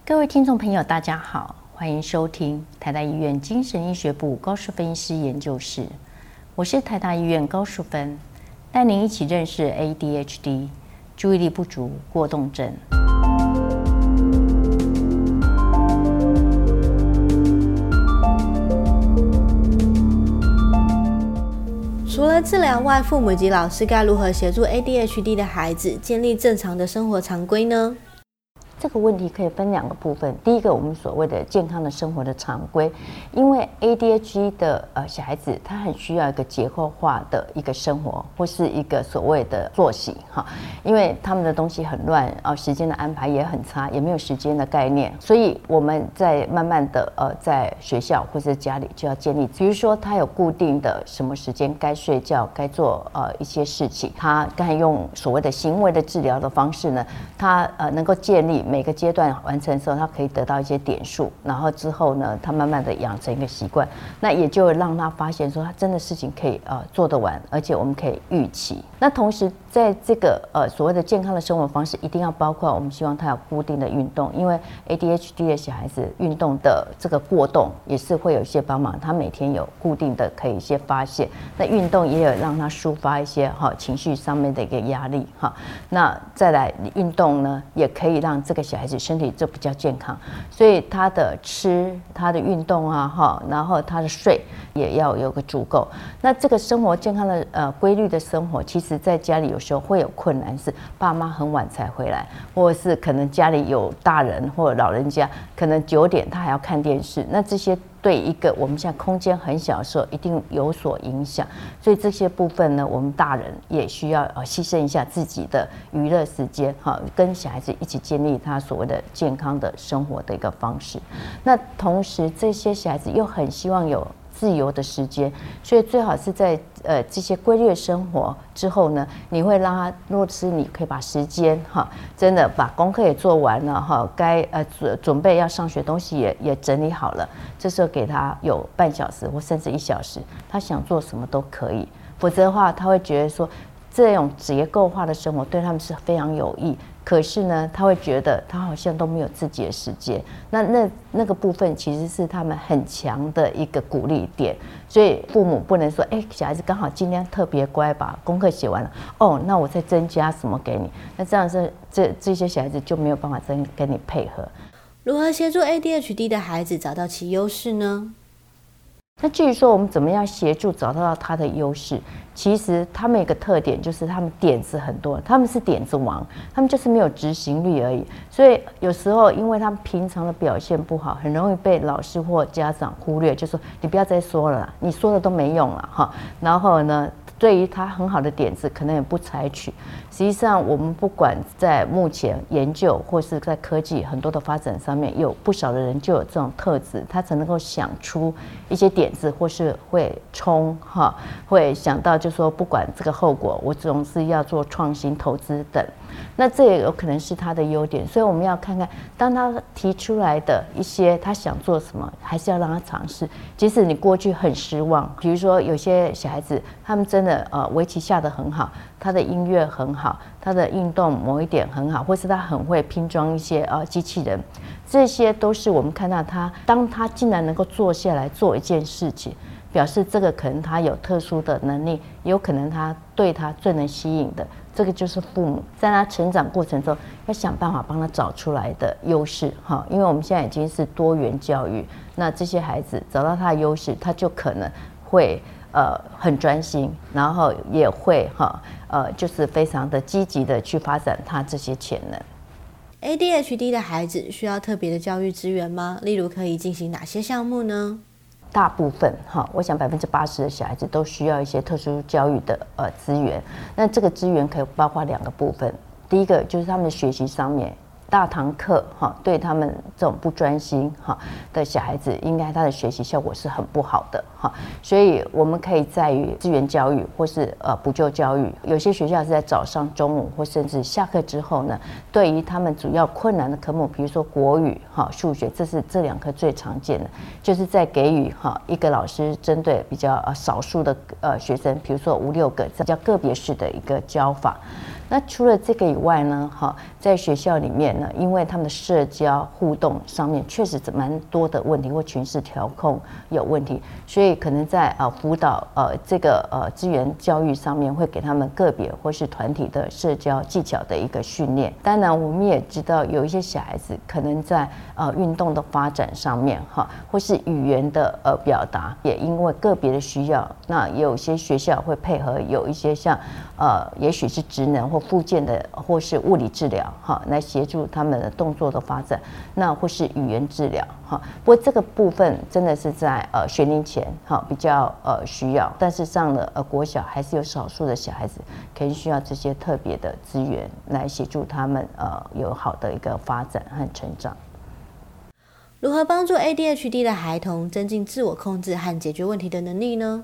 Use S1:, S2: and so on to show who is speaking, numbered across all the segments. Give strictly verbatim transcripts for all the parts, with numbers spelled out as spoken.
S1: 各位听众朋友，大家好，欢迎收听台大医院精神医学部高淑芬医师研究室。我是台大医院高淑芬，带您一起认识 A D H D 注意力不足过动症。
S2: 除了治疗外，父母及老师该如何协助 A D H D 的孩子建立正常的生活常规呢？
S1: 这个问题可以分两个部分。第一个，我们所谓的健康的生活的常规，因为 A D H D 的呃小孩子，他很需要一个结构化的一个生活，或是一个所谓的作息哈，因为他们的东西很乱啊，时间的安排也很差，也没有时间的概念，所以我们在慢慢的呃在学校或者家里就要建立，比如说他有固定的什么时间该睡觉，该做呃一些事情，他该用所谓的行为的治疗的方式呢，他呃能够建立。每个阶段完成的时候，他可以得到一些点数，然后之后呢，他慢慢的养成一个习惯，那也就让他发现说，他真的事情可以呃做得完，而且我们可以预期。那同时，在这个呃所谓的健康的生活方式，一定要包括我们希望他有固定的运动，因为 A D H D 的小孩子运动的这个过动也是会有一些帮忙，他每天有固定的可以一些发泄，那运动也有让他抒发一些哈情绪上面的一个压力哈。那再来运动呢，也可以让这个小孩子身体就比较健康，所以他的吃、他的运动啊，哈，然后他的睡也要有个足够。那这个生活健康的呃规律的生活，其实在家里有时候会有困难，是爸妈很晚才回来，或者是可能家里有大人或者老人家，可能九点他还要看电视，那这些。对一个我们现在空间很小的时候，一定有所影响，所以这些部分呢，我们大人也需要呃牺牲一下自己的娱乐时间，哈，跟小孩子一起建立他所谓的健康的生活的一个方式。那同时，这些小孩子又很希望有自由的时间，所以最好是在呃这些规律的生活之后呢，你会让他，若是你可以把时间哈，真的把功课也做完了哈，该呃准准备要上学东西也也整理好了，这时候给他有半小时或甚至一小时，他想做什么都可以，否则的话他会觉得说这种结构化的生活对他们是非常有益。可是呢，他会觉得他好像都没有自己的时间，那那那个部分其实是他们很强的一个鼓励点，所以父母不能说，哎、欸，小孩子刚好今天特别乖，把功课写完了，哦，那我再增加什么给你？那这样是这这些小孩子就没有办法跟跟你配合。
S2: 如何协助 A D H D 的孩子找到其优势呢？
S1: 那至于说我们怎么样协助找到他的优势，其实他们有一个特点，就是他们点子很多，他们是点子王，他们就是没有执行力而已。所以有时候因为他们平常的表现不好，很容易被老师或家长忽略，就说你不要再说了啦，你说的都没用了哈。然后呢，对于他很好的点子，可能也不采取。实际上，我们不管在目前研究或是在科技很多的发展上面，有不少的人就有这种特质，他才能够想出一些点子，或是会冲哈，会想到就说不管这个后果，我总是要做创新投资等。那这也有可能是他的优点，所以我们要看看，当他提出来的一些他想做什么，还是要让他尝试。即使你过去很失望，比如说有些小孩子，他们真的呃围棋下得很好，他的音乐很好，他的运动某一点很好，或是他很会拼装一些呃机器人，这些都是我们看到他，当他竟然能够坐下来做一件事情，表示这个可能他有特殊的能力，也有可能他对他最能吸引的。这个就是父母在他成长过程中要想办法帮他找出来的优势哈，因为我们现在已经是多元教育，那这些孩子找到他的优势，他就可能会呃很专心，然后也会哈呃就是非常的积极的去发展他这些潜能。
S2: A D H D 的孩子需要特别的教育资源吗？例如可以进行哪些项目呢？
S1: 大部分哈，我想百分之八十的小孩子都需要一些特殊教育的呃资源。那这个资源可以包括两个部分，第一个就是他们的学习上面。大堂课哈，对他们这种不专心哈的小孩子，应该他的学习效果是很不好的哈。所以我们可以在于资源教育或是呃补救教育，有些学校是在早上、中午或甚至下课之后呢，对于他们主要困难的科目，比如说国语哈、数学，这是这两科最常见的，就是在给予哈一个老师针对比较呃少数的呃学生，比如说五六个比较个别式的一个教法。那除了这个以外呢，哈，在学校里面呢，因为他们的社交互动上面确实蛮多的问题，或群式调控有问题，所以可能在呃辅导呃这个呃资源教育上面，会给他们个别或是团体的社交技巧的一个训练。当然，我们也知道有一些小孩子可能在呃运动的发展上面哈，或是语言的呃表达，也因为个别的需要，那有些学校会配合有一些像呃也许是职能或复健的，或是物理治疗哈，来协助他们的动作的发展，那或是语言治疗哈。不过这个部分真的是在呃学龄前哈比较呃需要，但是上了呃国小还是有少数的小孩子可能需要这些特别的资源来协助他们呃有好的一个发展和成长。
S2: 如何帮助 A D H D 的孩童增进自我控制和解决问题的能力呢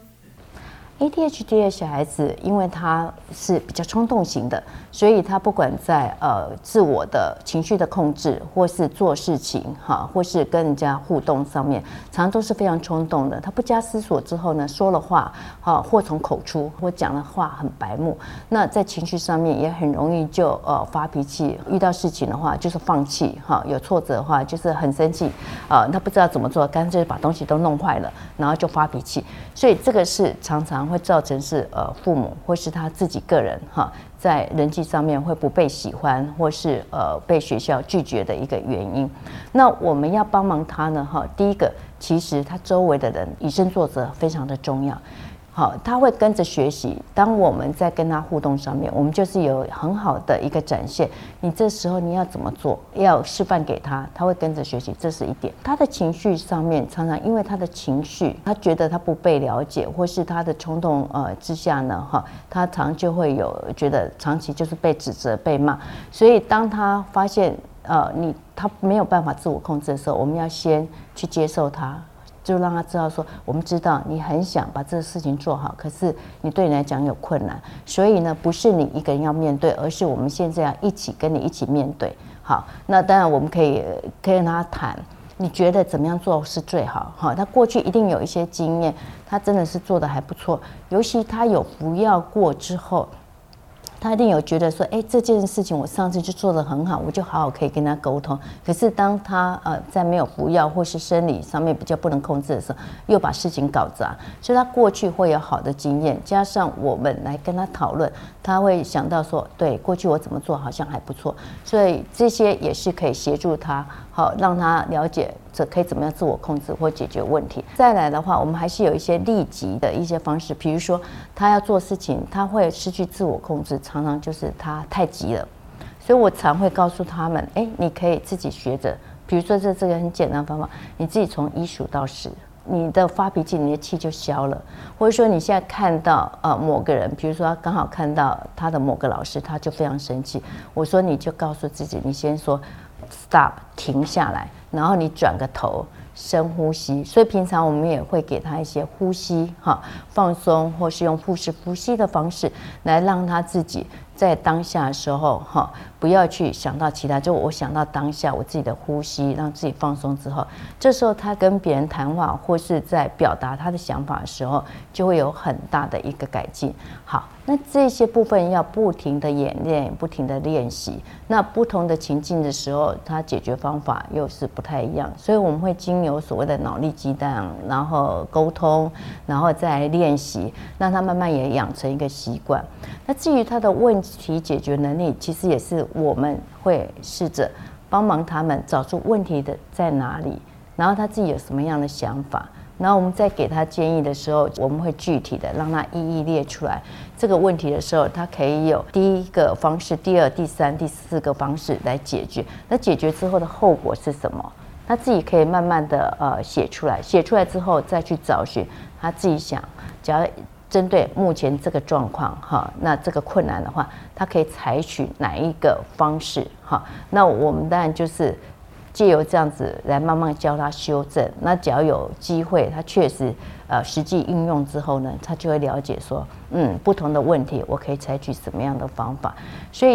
S1: ？A D H D 的小孩子，因为他是比较冲动型的，所以他不管在呃自我的情绪的控制，或是做事情哈，或是跟人家互动上面，常常都是非常冲动的。他不加思索之后呢，说了话哈，祸从口出，或讲的话很白目。那在情绪上面也很容易就呃发脾气，遇到事情的话就是放弃哈，有挫折的话就是很生气啊、呃，他不知道怎么做，干脆把东西都弄坏了，然后就发脾气。所以这个是常常会造成是呃父母或是他自己个人哈，在人际上面会不被喜欢，或是呃被学校拒绝的一个原因。那我们要帮忙他呢哈，第一个其实他周围的人以身作则非常的重要。好，他会跟着学习。当我们在跟他互动上面，我们就是有很好的一个展现。你这时候你要怎么做，要示范给他，他会跟着学习，这是一点。他的情绪上面，常常因为他的情绪，他觉得他不被了解，或是他的冲动呃之下呢，哈，他常就会有觉得长期就是被指责、被骂。所以当他发现呃你他没有办法自我控制的时候，我们要先去接受他。就让他知道说，我们知道你很想把这个事情做好，可是你对你来讲有困难，所以呢，不是你一个人要面对，而是我们现在要一起跟你一起面对。好，那当然我们可以可以跟他谈，你觉得怎么样做是最好？哈，他过去一定有一些经验，他真的是做得还不错，尤其他有服药过之后。他一定有觉得说，哎，这件事情我上次就做得很好，我就好好可以跟他沟通。可是当他呃在没有服药或是生理上面比较不能控制的时候，又把事情搞砸，所以他过去会有好的经验，加上我们来跟他讨论，他会想到说，对，过去我怎么做好像还不错，所以这些也是可以协助他，好让他了解这可以怎么样自我控制或解决问题。再来的话，我们还是有一些立即的一些方式，比如说他要做事情，他会失去自我控制。常常就是他太急了，所以我常会告诉他们，哎，你可以自己学着，比如说这这个很简单的方法，你自己从一数到十，你的发脾气，你的气就消了。或者说你现在看到呃某个人，比如说刚好看到他的某个老师，他就非常生气，我说你就告诉自己，你先说 stop 停下来，然后你转个头。深呼吸，所以平常我们也会给他一些呼吸哈放松，或是用腹式呼吸的方式来让他自己在当下的时候哈，不要去想到其他，就我想到当下我自己的呼吸，让自己放松之后，这时候他跟别人谈话或是在表达他的想法的时候，就会有很大的一个改进。好，那这些部分要不停的演练，不停的练习。那不同的情境的时候，他解决方法又是不太一样，所以我们会经由所谓的脑力激荡，然后沟通，然后再练习，让他慢慢也养成一个习惯。那至于他的问题解决能力，其实也是我们会试着帮忙他们找出问题的在哪里，然后他自己有什么样的想法。然后我们在给他建议的时候，我们会具体的让他一一列出来这个问题的时候，他可以有第一个方式、第二、第三、第四个方式来解决。那解决之后的后果是什么？他自己可以慢慢的呃写出来，写出来之后再去找寻他自己想，只要针对目前这个状况哈，那这个困难的话，他可以采取哪一个方式哈？那我们当然就是借由这样子来慢慢教他修正。那只要有机会，他确实呃实际应用之后呢，他就会了解说，嗯，不同的问题我可以采取什么样的方法。所以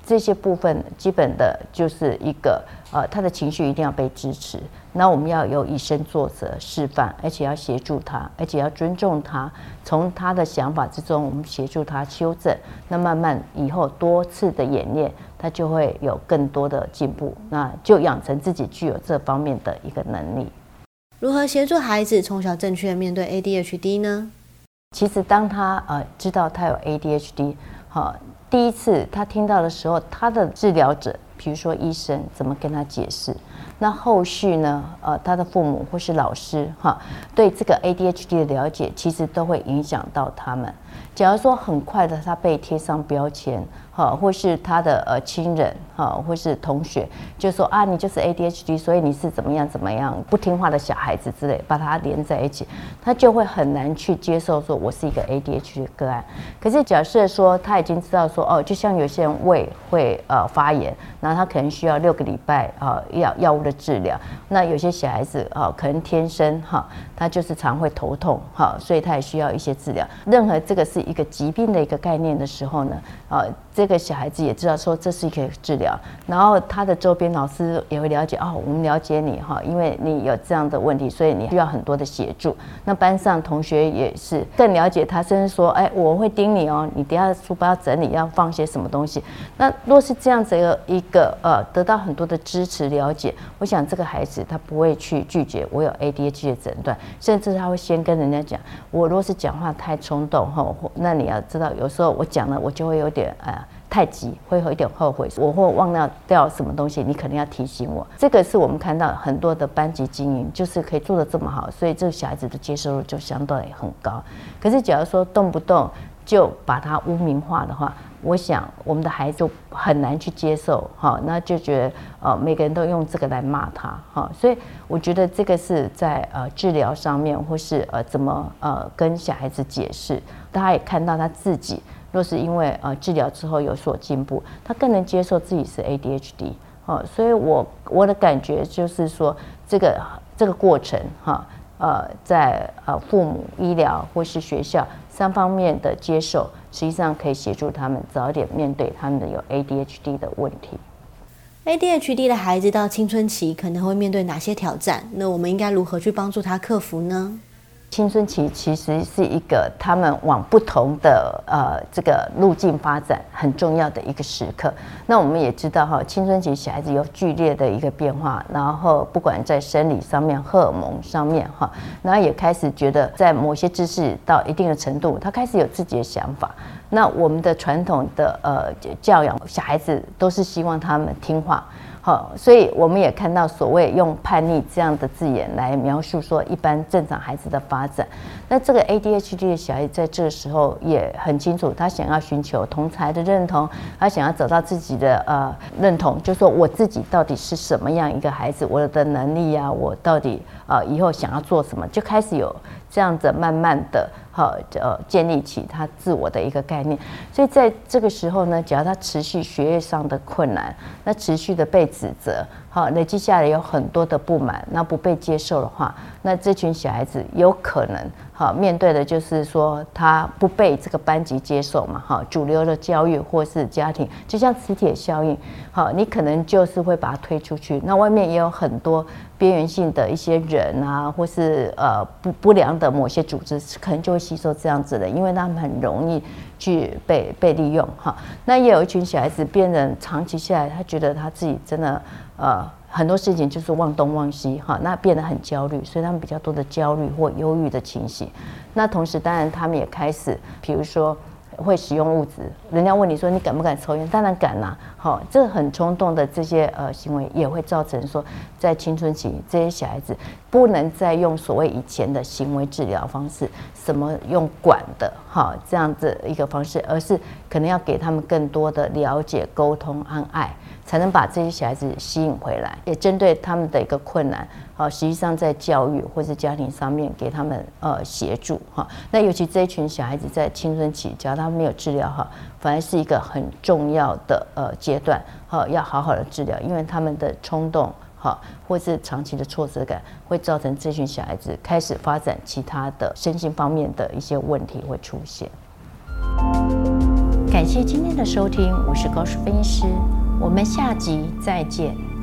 S1: 这些部分基本的就是一个呃，他的情绪一定要被支持。那我们要有以身作则示范，而且要协助他，而且要尊重他。从他的想法之中，我们协助他修正。那慢慢以后多次的演练，他就会有更多的进步，那就养成自己具有这方面的一个能力。
S2: 如何协助孩子从小正确面对 A D H D 呢？
S1: 其实当他呃知道他有 A D H D， 好，第一次他听到的时候，他的治疗者，比如说医生，怎么跟他解释？那后续呢？呃，他的父母或是老师哈，对这个 A D H D 的了解，其实都会影响到他们。假如说很快的他被贴上标签，哈，或是他的呃亲人哈，或是同学就说啊，你就是 A D H D， 所以你是怎么样怎么样不听话的小孩子之类，把他连在一起，他就会很难去接受说我是一个 A D H D 的个案。可是假设说他已经知道说哦，就像有些人胃会呃发炎，然后他可能需要六个礼拜啊药药物的治疗，那有些小孩子啊可能天生哈，他就是常会头痛哈，所以他也需要一些治疗。任何这个是一个疾病的一个概念的时候呢，啊，这个小孩子也知道说这是一个治疗，然后他的周边老师也会了解哦，我们了解你哈，因为你有这样的问题，所以你需要很多的协助。那班上同学也是更了解他，甚至说，哎，我会盯你哦，你等一下书包要整理，要放些什么东西。那若是这样子一个呃，得到很多的支持了解，我想这个孩子他不会去拒绝我有 A D H D 的诊断，甚至他会先跟人家讲，我若是讲话太冲动哈，那你要知道，有时候我讲了，我就会有点呃太急，会有一点后悔，我会忘掉掉什么东西，你可能要提醒我。这个是我们看到很多的班级经营，就是可以做得这么好，所以这个小孩子的接受度就相对很高。可是假如说动不动就把它污名化的话，我想我们的孩子就很难去接受，哈，那就觉得呃每个人都用这个来骂他，哈，所以我觉得这个是在呃治疗上面，或是呃怎么呃跟小孩子解释，大家也看到他自己，若是因为呃治疗之后有所进步，他更能接受自己是 A D H D， 哦，所以我我的感觉就是说这个这个过程哈。呃，在呃父母、医疗或是学校三方面的接受，实际上可以协助他们早一点面对他们的有 A D H D 的问题。
S2: A D H D 的孩子到青春期可能会面对哪些挑战？那我们应该如何去帮助他克服呢？
S1: 青春期其实是一个他们往不同的呃这个路径发展很重要的一个时刻。那我们也知道哈，青春期小孩子有剧烈的一个变化，然后不管在生理上面、荷尔蒙上面哈，然后也开始觉得在某些知识到一定的程度，他开始有自己的想法。那我们的传统的呃教养小孩子都是希望他们听话。好，所以我们也看到所谓用叛逆这样的字眼来描述说一般正常孩子的发展。那这个 A D H D 的小孩在这个时候也很清楚，他想要寻求同侪的认同，他想要找到自己的呃认同，就说我自己到底是什么样一个孩子，我的能力啊，我到底呃以后想要做什么，就开始有这样子慢慢的好呃建立起他自我的一个概念。所以在这个时候呢，只要他持续学业上的困难，那持续的被指责，好累积下来有很多的不满，那不被接受的话，那这群小孩子有可能好面对的就是说他不被这个班级接受嘛，好主流的教育或是家庭，就像磁铁效应，好你可能就是会把他推出去，那外面也有很多边缘性的一些人啊，或是呃不不良的某些组织，可能就会吸收这样子的，因为他们很容易去被被利用哈。那也有一群小孩子变得长期下来，他觉得他自己真的呃很多事情就是忘东忘西哈，那变得很焦虑，所以他们比较多的焦虑或忧郁的情形。那同时当然他们也开始，比如说会使用物质，人家问你说你敢不敢抽烟？当然敢啦，好，这很冲动的这些呃行为也会造成说，在青春期这些小孩子不能再用所谓以前的行为治疗方式，什么用管的哈这样子一个方式，而是可能要给他们更多的了解、沟通、和爱，才能把这些小孩子吸引回来，也针对他们的一个困难。好，实际上在教育或是家庭上面给他们呃协助哈。那尤其这一群小孩子在青春期，只要他们没有治疗好，反而是一个很重要的呃阶段，好要好好的治疗，因为他们的冲动好或是长期的挫折感，会造成这群小孩子开始发展其他的身心方面的一些问题会出现。
S2: 感
S1: 感谢今天的收听，我是高数分析师，我们下集再见。